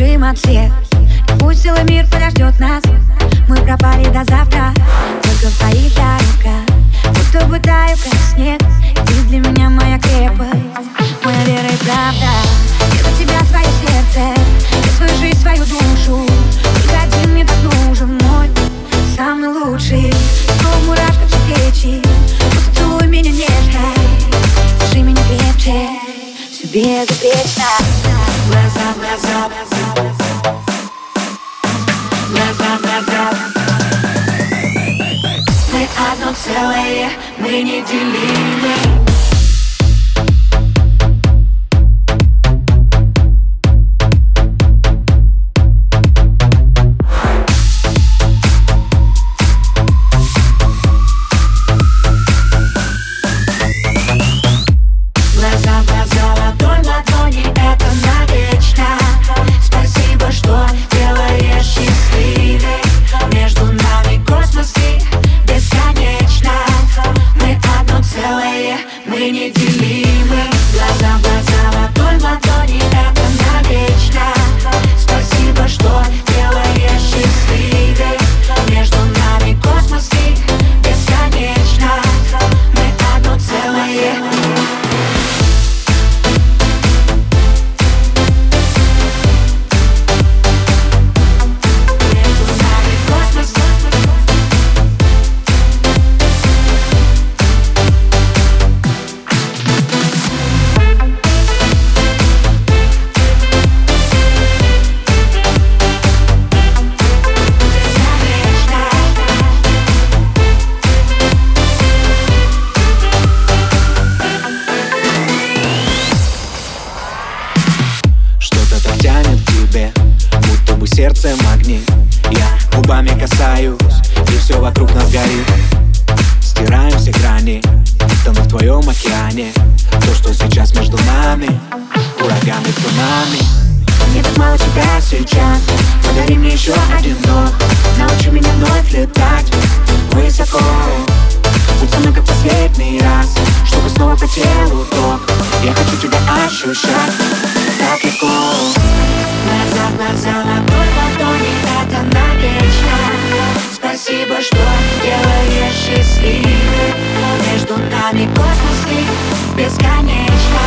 убежим от всех, и пусть целый мир подождет нас. Мы пропали до завтра, только в твоих я рука, будто бы таю, как снег. Ты для меня моя крепость, моя вера и правда. Я за тебя свое сердце, я свою жизнь, свою душу. Только один мне так нужен, мой самый лучший. Снова мурашка в плечи, просто целуй меня нежно, держи меня крепче, все безупречно. Глаза в глаза, глаза в глаза. Мы одно целое, мы неделимы. Мы неделимы, глаза в глаза, ладонь в ладони, это навечно. Спасибо, что делаешь счастливей. Между нами космос и бесконечно. Мы одно целое. Между нами космос. Тянет к тебе, будто бы сердце магнит. Я губами касаюсь, и все вокруг нас горит. Стираем все грани, тону в твоем океане. То, что сейчас между нами, ураган и цунами. Мне так мало тебя сейчас, подари мне еще один вдох. Научи меня вновь летать высоко. Будь со мной как последний раз, чтобы снова по телу ток. Я хочу тебя ощущать так легко. Глаза в глаза, ладонь в ладони, это навечно. Спасибо, что делаешь счастливым. Между нами космос и бесконечно.